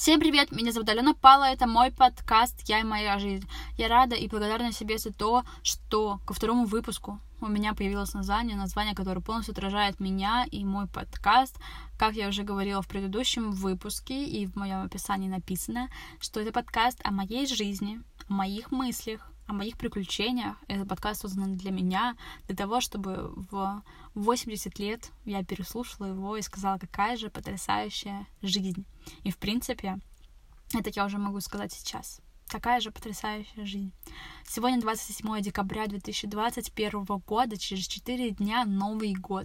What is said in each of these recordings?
Всем привет, меня зовут Алена Пала, это мой подкаст «Я и моя жизнь». Я рада и благодарна себе за то, что ко второму выпуску у меня появилось название, которое полностью отражает меня и мой подкаст. Как я уже говорила в предыдущем выпуске и в моем описании написано, что это подкаст о моей жизни, о моих мыслях, о моих приключениях. Этот подкаст создан для меня, для того, чтобы в 80 лет я переслушала его и сказала, какая же потрясающая жизнь. И, в принципе, это я уже могу сказать сейчас. Какая же потрясающая жизнь. Сегодня 27 декабря 2021 года, через 4 дня Новый год,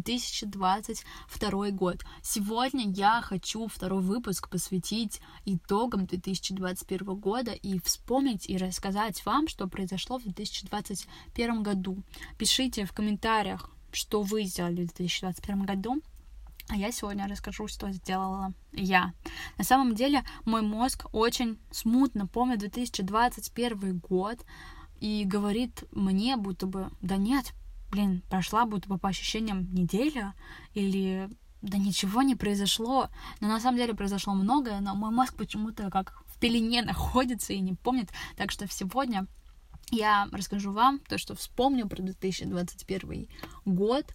2022 год. Сегодня я хочу второй выпуск посвятить итогам 2021 года и вспомнить и рассказать вам, что произошло в 2021 году. Пишите в комментариях, что вы сделали в 2021 году. А я сегодня расскажу, что сделала я. На самом деле, мой мозг очень смутно помнит 2021 год и говорит мне, будто бы, да нет, прошла будто бы по ощущениям неделя, или да ничего не произошло. Но на самом деле произошло многое, но мой мозг почему-то как в пелене находится и не помнит. Так что сегодня я расскажу вам то, что вспомню про 2021 год.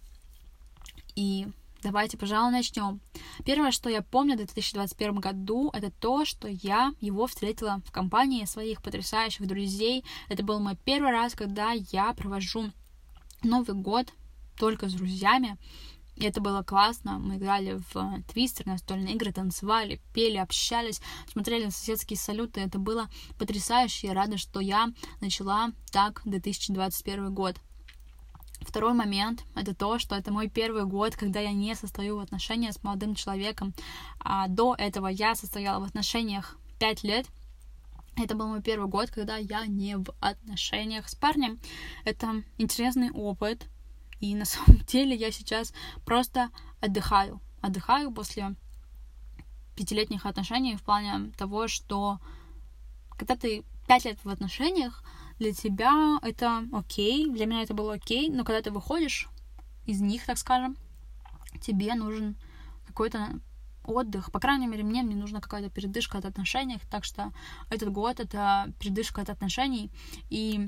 И давайте, пожалуй, начнем. Первое, что я помню в 2021 году, это то, что я его встретила в компании своих потрясающих друзей. Это был мой первый раз, когда я провожу Новый год только с друзьями. И это было классно. Мы играли в твистер, настольные игры, танцевали, пели, общались, смотрели на соседские салюты. Это было потрясающе. Я рада, что я начала так 2021 год. Второй момент — это то, что это мой первый год, когда я не состою в отношениях с молодым человеком. А до этого я состояла в отношениях 5 лет. Это был мой первый год, когда я не в отношениях с парнем. Это интересный опыт. И на самом деле я сейчас просто отдыхаю. Отдыхаю после 5-летних отношений в плане того, что когда ты 5 лет в отношениях, для тебя это окей, для меня это было окей, но когда ты выходишь из них, так скажем, тебе нужен какой-то отдых. По крайней мере, мне нужна какая-то передышка от отношений, так что этот год — это передышка от отношений. И,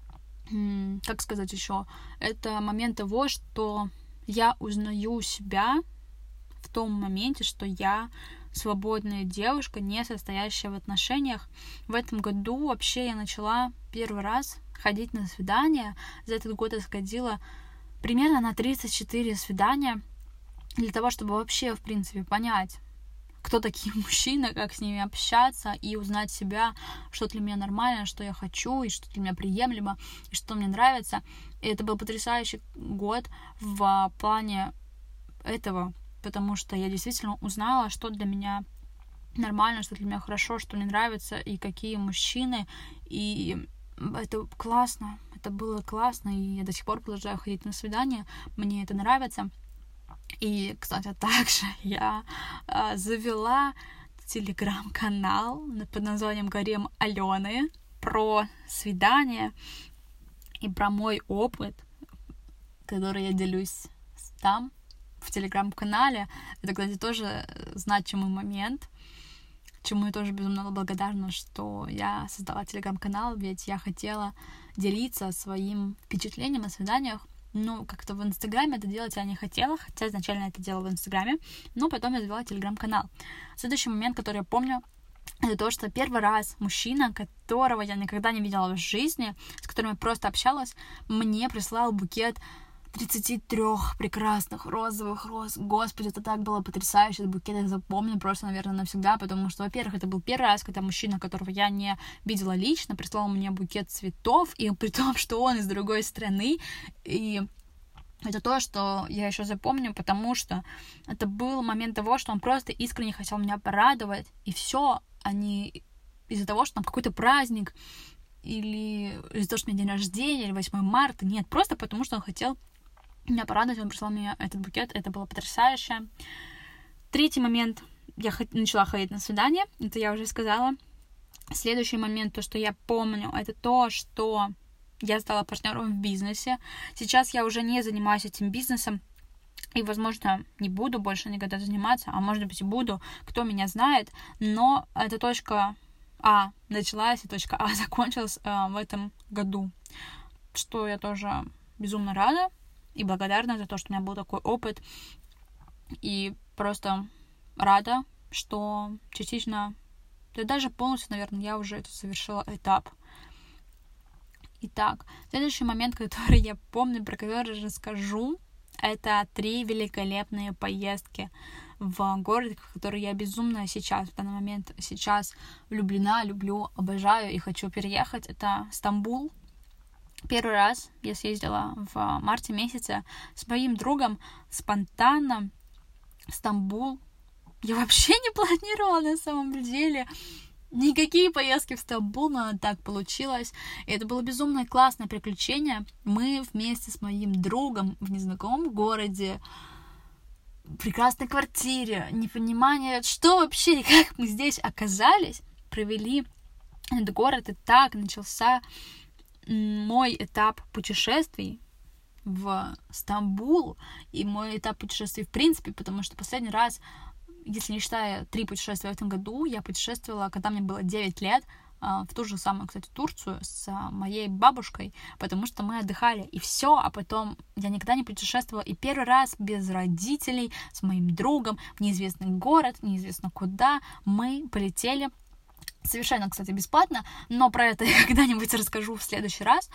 как сказать еще, это момент того, что я узнаю себя в том моменте, что я свободная девушка, не состоящая в отношениях. В этом году вообще я начала первый раз ходить на свидания. За этот год я сходила примерно на 34 свидания для того, чтобы вообще, в принципе, понять, кто такие мужчины, как с ними общаться и узнать себя, что для меня нормально, что я хочу, и что для меня приемлемо, и что мне нравится. И это был потрясающий год в плане этого, потому что я действительно узнала, что для меня нормально, что для меня хорошо, что мне нравится, и какие мужчины. И это классно, это было классно, и я до сих пор продолжаю ходить на свидания, мне это нравится. И, кстати, также я завела телеграм-канал под названием «Гарем Алены» про свидания и про мой опыт, который я делюсь там, в телеграм-канале. Это, кстати, тоже значимый момент, чему я тоже безумно благодарна, что я создала телеграм-канал, ведь я хотела делиться своим впечатлением о свиданиях. Как-то в Инстаграме это делать я не хотела, хотя изначально это делала в Инстаграме, но потом я завела телеграм-канал. Следующий момент, который я помню, это то, что первый раз мужчина, которого я никогда не видела в жизни, с которым я просто общалась, мне прислал букет 33 прекрасных розовых роз. Господи, это так было потрясающе. Этот букет я запомню просто, наверное, навсегда, потому что, во-первых, это был первый раз, когда мужчина, которого я не видела лично, прислал мне букет цветов, и при том, что он из другой страны. И это то, что я еще запомню, потому что это был момент того, что он просто искренне хотел меня порадовать, и все, а не из-за того, что там какой-то праздник, или из-за того, что у меня день рождения, или 8 марта. Нет, просто потому что он хотел меня порадовать, он прислал мне этот букет, это было потрясающе. Третий момент, я начала ходить на свидание, это я уже сказала. Следующий момент, то, что я помню, это то, что я стала партнером в бизнесе. Сейчас я уже не занимаюсь этим бизнесом, И, возможно, не буду больше никогда заниматься, а может быть и буду, кто меня знает, но эта точка А началась, и точка А закончилась в этом году, что я тоже безумно рада и благодарна за то, что у меня был такой опыт, и просто рада, что частично, да даже полностью, наверное, я уже это совершила этап. Итак, следующий момент, который я помню, про который расскажу, это 3 великолепные поездки в город, в который я безумно сейчас, в данный момент, сейчас влюблена, люблю, обожаю и хочу переехать. Это Стамбул. Первый раз я съездила в марте месяце с моим другом спонтанно в Стамбул. Я вообще не планировала на самом деле никакие поездки в Стамбул, но так получилось. И это было безумно классное приключение. Мы вместе с моим другом в незнакомом городе, в прекрасной квартире, непонимание, что вообще и как мы здесь оказались, провели этот город. И так начался мой этап путешествий в Стамбул и мой этап путешествий в принципе, потому что последний раз, если не считая 3 путешествия в этом году, я путешествовала, когда мне было 9 лет, в ту же самую, кстати, Турцию с моей бабушкой, потому что мы отдыхали, и все, а потом я никогда не путешествовала, и первый раз без родителей, с моим другом, в неизвестный город, неизвестно куда, мы полетели, совершенно, кстати, бесплатно, но про это я когда-нибудь расскажу в следующий раз,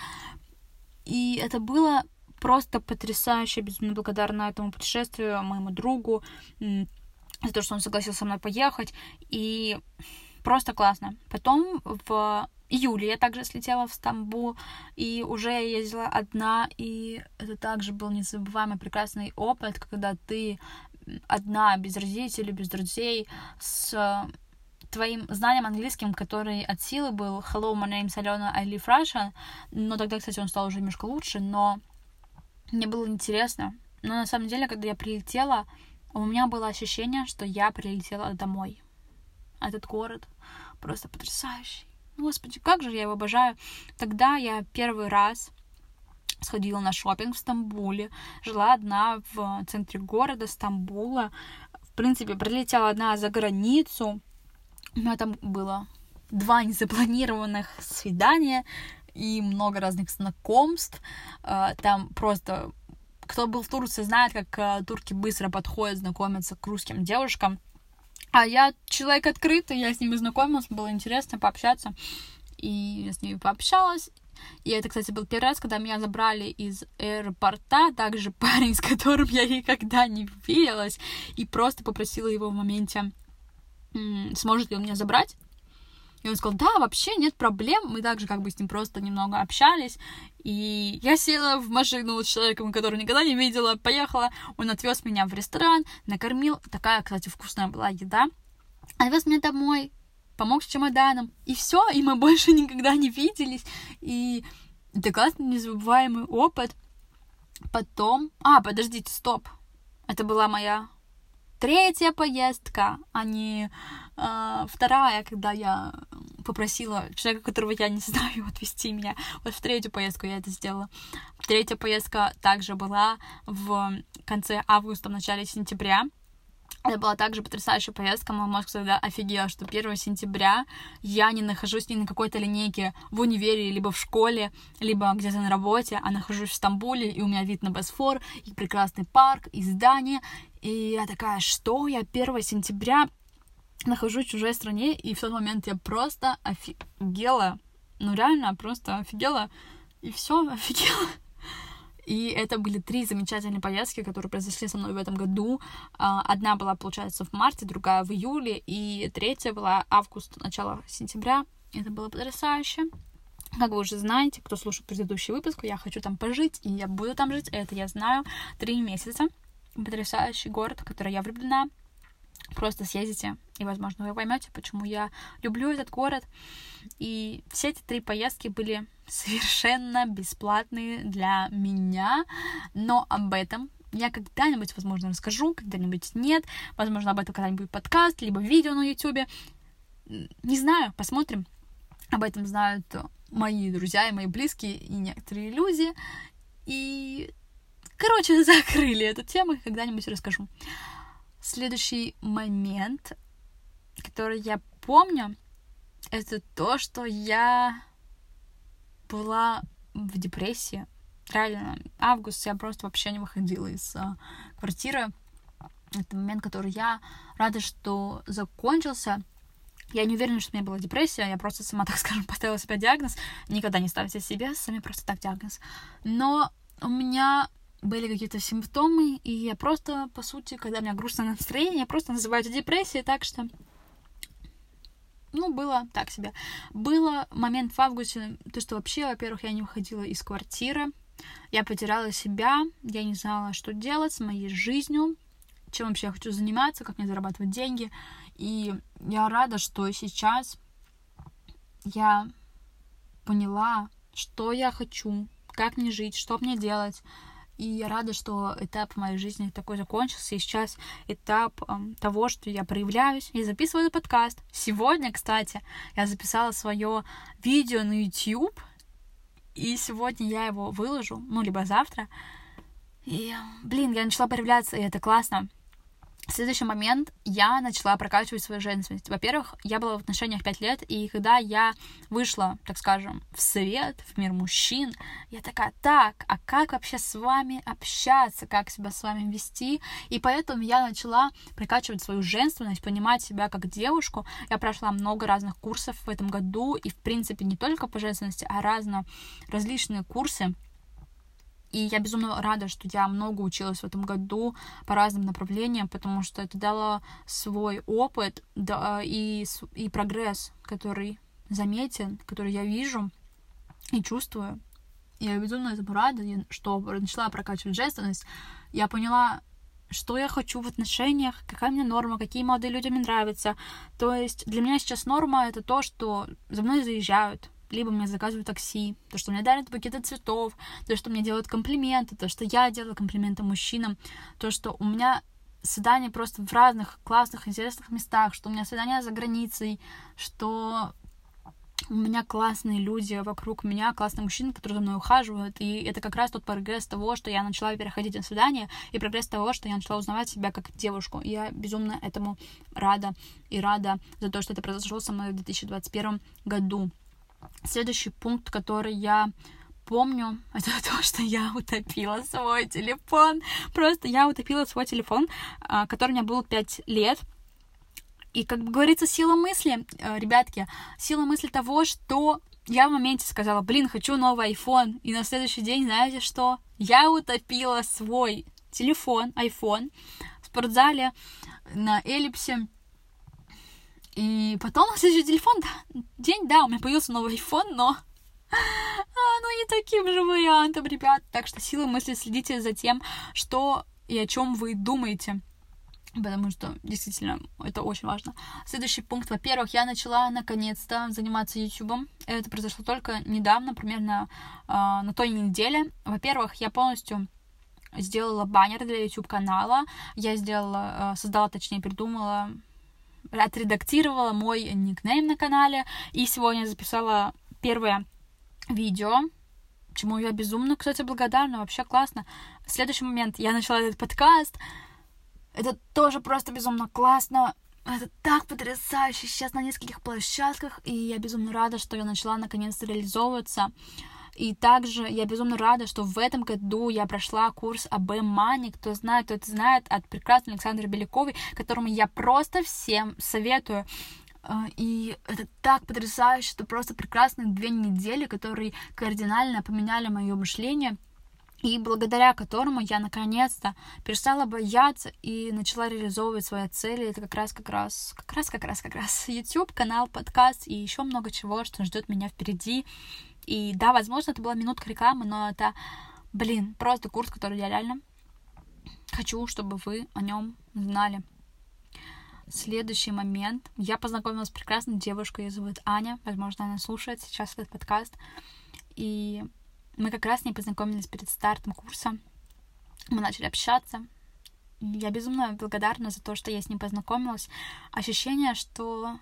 и это было просто потрясающе, безумно благодарна этому путешествию, моему другу, за то, что он согласился со мной поехать, и просто классно. Потом в июле я также слетела в Стамбул, и уже я ездила одна, и это также был незабываемый прекрасный опыт, когда ты одна, без родителей, без друзей, с твоим знанием английским, который от силы был «Hello, my name is Alena, I live Russia», но тогда, кстати, он стал уже немножко лучше, но мне было интересно. Но на самом деле, когда я прилетела, у меня было ощущение, что я прилетела домой. Этот город просто потрясающий. Господи, как же я его обожаю. Тогда я первый раз сходила на шопинг в Стамбуле, жила одна в центре города Стамбула. В принципе, прилетела одна за границу. У меня там было 2 незапланированных свидания и много разных знакомств. Там просто... Кто был в Турции, знает, как турки быстро подходят, знакомятся к русским девушкам. А я человек открытый, я с ними знакомилась, было интересно пообщаться. И я с ними пообщалась. И это, кстати, был первый раз, когда меня забрали из аэропорта, также парень, с которым я никогда не виделась, и просто попросила его в моменте, сможет ли он меня забрать. И он сказал, да, вообще нет проблем. Мы также как бы с ним просто немного общались. И я села в машину с человеком, которого никогда не видела, поехала. Он отвез меня в ресторан, накормил. Такая, кстати, вкусная была еда. Отвез меня домой, помог с чемоданом. И все, и мы больше никогда не виделись. И это классный, незабываемый опыт. Потом... подождите, стоп. Это была моя 3-я поездка, а не 2-я, когда я попросила человека, которого я не знаю, отвезти меня. Вот в 3-ю поездку я это сделала. 3-я поездка также была в конце августа, в начале сентября. Это была также потрясающая поездка. Мой мозг тогда офигел, что 1 сентября я не нахожусь ни на какой-то линейке в универе, либо в школе, либо где-то на работе, а нахожусь в Стамбуле, и у меня вид на Босфор, и прекрасный парк, и здание. И я такая, что? Я 1 сентября нахожусь в чужой стране, и в тот момент я просто офигела. Ну, реально, просто офигела. И все, офигела. И это были 3 замечательные поездки, которые произошли со мной в этом году. Одна была, получается, в марте, другая в июле, и 3-я была август, начало сентября. Это было потрясающе. Как вы уже знаете, кто слушал предыдущий выпуск, я хочу там пожить, и я буду там жить, это я знаю. 3 месяца. Потрясающий город, в который я влюблена. Просто съездите, и, возможно, вы поймете, почему я люблю этот город. И все эти 3 поездки были совершенно бесплатные для меня, но об этом я когда-нибудь, возможно, расскажу, когда-нибудь нет. Возможно, об этом когда-нибудь подкаст, либо видео на YouTube. Не знаю, посмотрим. Об этом знают мои друзья и мои близкие, и некоторые люди. И Короче, закрыли эту тему, когда-нибудь расскажу. Следующий момент, который я помню, это то, что я была в депрессии. Реально, август я просто вообще не выходила из квартиры. Это момент, который я рада, что закончился. Я не уверена, что у меня была депрессия, я просто сама, так скажем, поставила себе диагноз. Никогда не ставьте себе сами просто так диагноз. Но у меня были какие-то симптомы, и я просто, по сути, когда у меня грустное настроение, я просто называю это депрессией, так что... было так себе. Было момент в августе, то, что вообще, во-первых, я не выходила из квартиры, я потеряла себя, я не знала, что делать с моей жизнью, чем вообще я хочу заниматься, как мне зарабатывать деньги. И я рада, что сейчас я поняла, что я хочу, как мне жить, что мне делать. И я рада, что этап в моей жизни такой закончился. И сейчас этап того, что я проявляюсь. Я записываю этот подкаст. Сегодня, кстати, я записала свое видео на YouTube. И сегодня я его выложу, либо завтра. И, я начала проявляться, и это классно. Следующий момент, я начала прокачивать свою женственность. Во-первых, я была в отношениях 5 лет, и когда я вышла, так скажем, в свет, в мир мужчин, я такая, а как вообще с вами общаться, как себя с вами вести? И поэтому я начала прокачивать свою женственность, понимать себя как девушку. Я прошла много разных курсов в этом году, и, в принципе, не только по женственности, а различные курсы. И я безумно рада, что я много училась в этом году по разным направлениям, потому что это дало свой опыт и прогресс, который заметен, который я вижу и чувствую. Я безумно этому рада, что начала прокачивать женственность. Я поняла, что я хочу в отношениях, какая мне норма, какие молодые люди мне нравятся. То есть для меня сейчас норма — это то, что за мной заезжают, либо мне заказывают такси, то, что мне дарят букеты цветов, то, что мне делают комплименты, то, что я делаю комплименты мужчинам, то, что у меня свидания просто в разных классных, интересных местах, что у меня свидания за границей, что у меня классные люди вокруг меня, классные мужчины, которые за мной ухаживают, и это как раз тот прогресс того, что я начала переходить на свидания, и прогресс того, что я начала узнавать себя как девушку. И я безумно этому рада, и рада за то, что это произошло со мной в 2021 году. Следующий пункт, который я помню, это то, что я утопила свой телефон. Просто я утопила свой телефон, который у меня был 5 лет. И, как говорится, сила мысли, ребятки, сила мысли того, что я в моменте сказала, хочу новый iPhone. И на следующий день, знаете что? Я утопила свой телефон, iPhone, в спортзале на Эллипсе. И потом на следующий день, у меня появился новый iPhone, но не таким же вариантом, ребят. Так что силой мысли следите за тем, что и о чем вы думаете, потому что действительно это очень важно. Следующий пункт. Во-первых, я начала наконец-то заниматься YouTube. Это произошло только недавно, примерно на той неделе. Во-первых, я полностью сделала баннер для YouTube-канала. Я придумала, отредактировала мой никнейм на канале, и сегодня записала первое видео, чему я безумно, кстати, благодарна, вообще классно. В следующий момент я начала этот подкаст, это тоже просто безумно классно, это так потрясающе, сейчас на нескольких площадках, и я безумно рада, что я начала наконец-то реализовываться. И также я безумно рада, что в этом году я прошла курс АБ Money. Кто знает, тот знает, от прекрасной Александры Беляковой, которому я просто всем советую. И это так потрясающе, это просто прекрасные 2 недели, которые кардинально поменяли мое мышление, и благодаря которому я наконец-то перестала бояться и начала реализовывать свои цели. Это как раз YouTube, канал, подкаст и еще много чего, что ждет меня впереди. И да, возможно, это была минутка рекламы, но это, просто курс, который я реально хочу, чтобы вы о нем знали. Следующий момент. Я познакомилась с прекрасной девушкой, ее зовут Аня. Возможно, она слушает сейчас этот подкаст. И мы как раз с ней познакомились перед стартом курса. Мы начали общаться. И я безумно благодарна за то, что я с ней познакомилась. Ощущение, что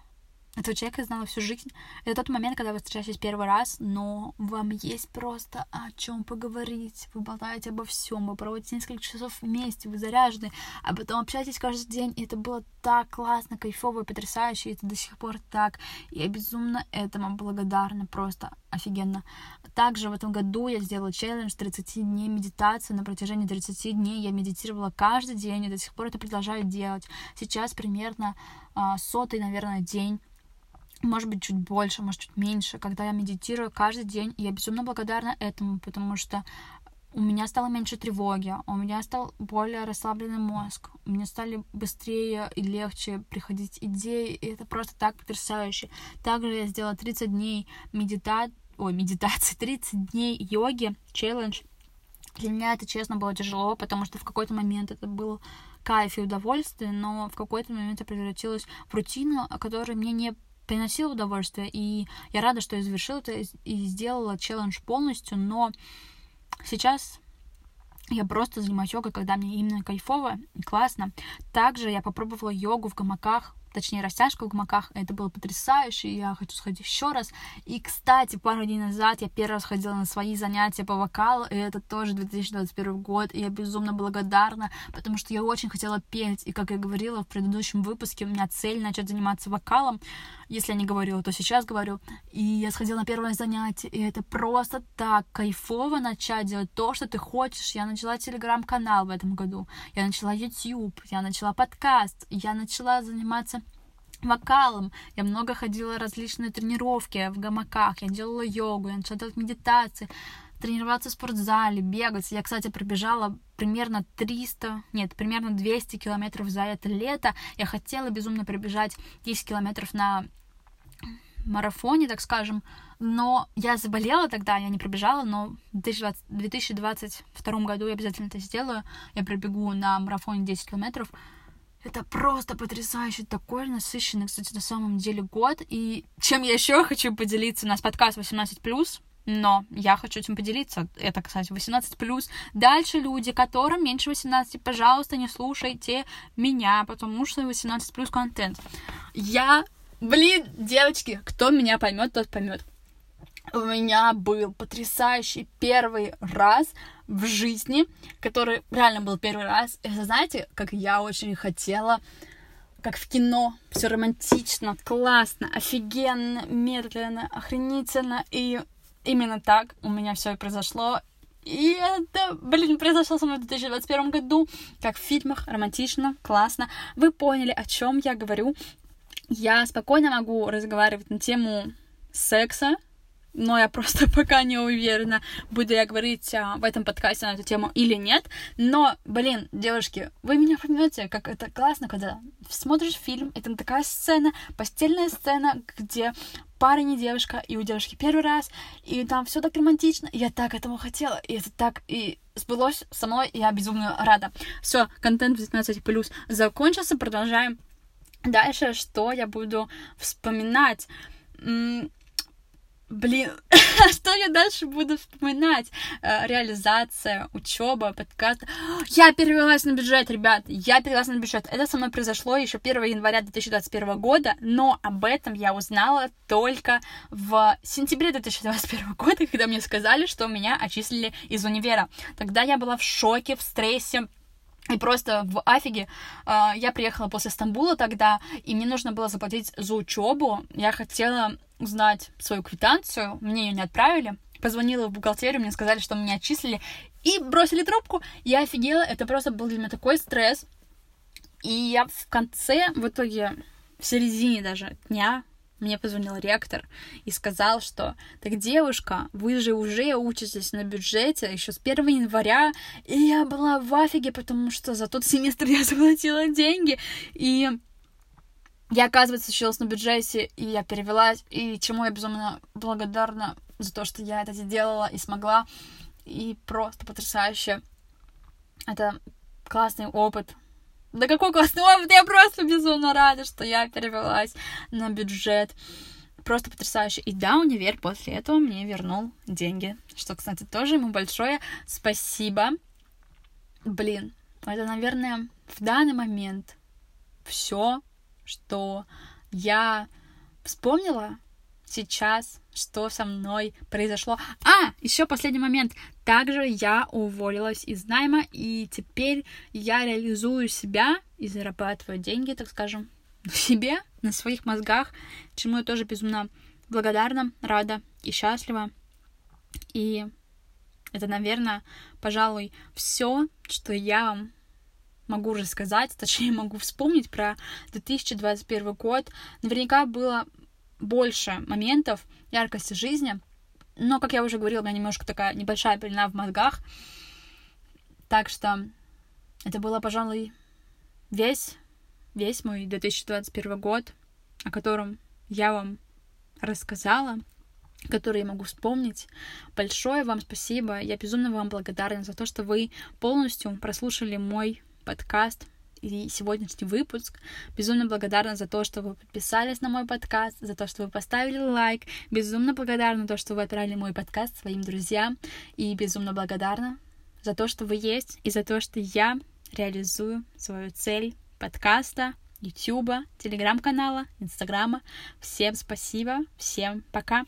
этого человека я знала всю жизнь. Это тот момент, когда вы встречаетесь первый раз, но вам есть просто о чем поговорить. Вы болтаете обо всем, вы проводите несколько часов вместе, вы заряжены, а потом общаетесь каждый день, и это было так классно, кайфово, потрясающе, и это до сих пор так. Я безумно этому благодарна, просто офигенно. Также в этом году я сделала челлендж 30 дней медитации. На протяжении 30 дней я медитировала каждый день, и до сих пор это продолжаю делать. Сейчас примерно 100-й, наверное, день, может быть, чуть больше, может, чуть меньше, когда я медитирую каждый день, и я безумно благодарна этому, потому что у меня стало меньше тревоги, у меня стал более расслабленный мозг, у меня стали быстрее и легче приходить идеи, и это просто так потрясающе. Также я сделала 30 дней медитации, 30 дней йоги, челлендж. Для меня это, честно, было тяжело, потому что в какой-то момент это был кайф и удовольствие, но в какой-то момент это превратилось в рутину, которая мне не приносила удовольствие, и я рада, что я завершила это и сделала челлендж полностью, но сейчас я просто занимаюсь йогой, когда мне именно кайфово и классно. Также я попробовала йогу в гамаках, точнее, растяжку в гамаках. Это было потрясающе, и я хочу сходить еще раз. И, кстати, пару дней назад я первый раз ходила на свои занятия по вокалу, и это тоже 2021 год, и я безумно благодарна, потому что я очень хотела петь, и, как я говорила в предыдущем выпуске, у меня цель начать заниматься вокалом. Если я не говорила, то сейчас говорю. И я сходила на первое занятие, и это просто так кайфово начать делать то, что ты хочешь. Я начала телеграм-канал в этом году, я начала YouTube, я начала подкаст, я начала заниматься вокалом, я много ходила на различные тренировки в гамаках, я делала йогу, я начала делать медитации, тренироваться в спортзале, бегать. Я, кстати, пробежала примерно 200 километров за это лето. Я хотела безумно пробежать 10 километров на марафоне, так скажем, но я заболела тогда, я не пробежала, но в 2022 году я обязательно это сделаю. Я пробегу на марафоне 10 километров. Это просто потрясающе, такой насыщенный, кстати, на самом деле год. И чем я еще хочу поделиться, у нас подкаст 18+, но я хочу этим поделиться. Это, кстати, 18+. Дальше люди, которым меньше 18, пожалуйста, не слушайте меня, потому что 18+ контент. Девочки, кто меня поймет, тот поймет. У меня был потрясающий первый раз в жизни, который реально был первый раз. Это, знаете, как я очень хотела, как в кино, все романтично, классно, офигенно, медленно, охренительно. И именно так у меня все и произошло. И это, произошло со мной в 2021 году, как в фильмах, романтично, классно. Вы поняли, о чем я говорю. Я спокойно могу разговаривать на тему секса, но я просто пока не уверена, буду я говорить в этом подкасте на эту тему или нет. Но, девушки, вы меня поймете, как это классно, когда смотришь фильм, и там такая сцена, постельная сцена, где парень и девушка, и у девушки первый раз, и там все так романтично, и я так этому хотела, и это так и сбылось со мной, и я безумно рада. Все, контент 19+ закончился, продолжаем дальше, что я буду вспоминать. Что я дальше буду вспоминать? Реализация, учеба, подкаст. Я перевелась на бюджет, ребят. Это со мной произошло еще 1 января 2021 года, но об этом я узнала только в сентябре 2021 года, когда мне сказали, что меня отчислили из универа. Тогда я была в шоке, в стрессе. И просто в афиге. Я приехала после Стамбула тогда, и мне нужно было заплатить за учебу. Я хотела узнать свою квитанцию, мне ее не отправили. Позвонила в бухгалтерию, мне сказали, что меня отчислили, и бросили трубку. Я офигела, это просто был для меня такой стресс. И я в конце, в итоге, в середине даже дня, мне позвонил ректор и сказал, что так, девушка, вы же уже учитесь на бюджете еще с 1 января, и я была в афиге, потому что за тот семестр я заплатила деньги, и я, оказывается, училась на бюджете, и я перевелась, и чему я безумно благодарна за то, что я это сделала и смогла, и просто потрясающе. Это классный опыт. Да какой классный опыт! Я просто безумно рада, что я перевелась на бюджет. Просто потрясающе. И да, универ после этого мне вернул деньги. Что, кстати, тоже ему большое спасибо. Это, наверное, в данный момент все, что я вспомнила сейчас, что со мной произошло. Еще последний момент. Также я уволилась из найма, и теперь я реализую себя и зарабатываю деньги, так скажем, на себе, на своих мозгах, чему я тоже безумно благодарна, рада и счастлива. И это, наверное, пожалуй, все, что я вам могу рассказать, точнее, могу вспомнить про 2021 год. Наверняка было больше моментов яркости жизни, но, как я уже говорила, у меня немножко такая небольшая пелена в мозгах, так что это было, пожалуй, весь мой 2021 год, о котором я вам рассказала, который я могу вспомнить. Большое вам спасибо, я безумно вам благодарна за то, что вы полностью прослушали мой подкаст и сегодняшний выпуск. Безумно благодарна за то, что вы подписались на мой подкаст, за то, что вы поставили лайк. Безумно благодарна за то, что вы отправили мой подкаст своим друзьям. И безумно благодарна за то, что вы есть, и за то, что я реализую свою цель подкаста, ютуба, телеграм-канала, инстаграма. Всем спасибо, всем пока!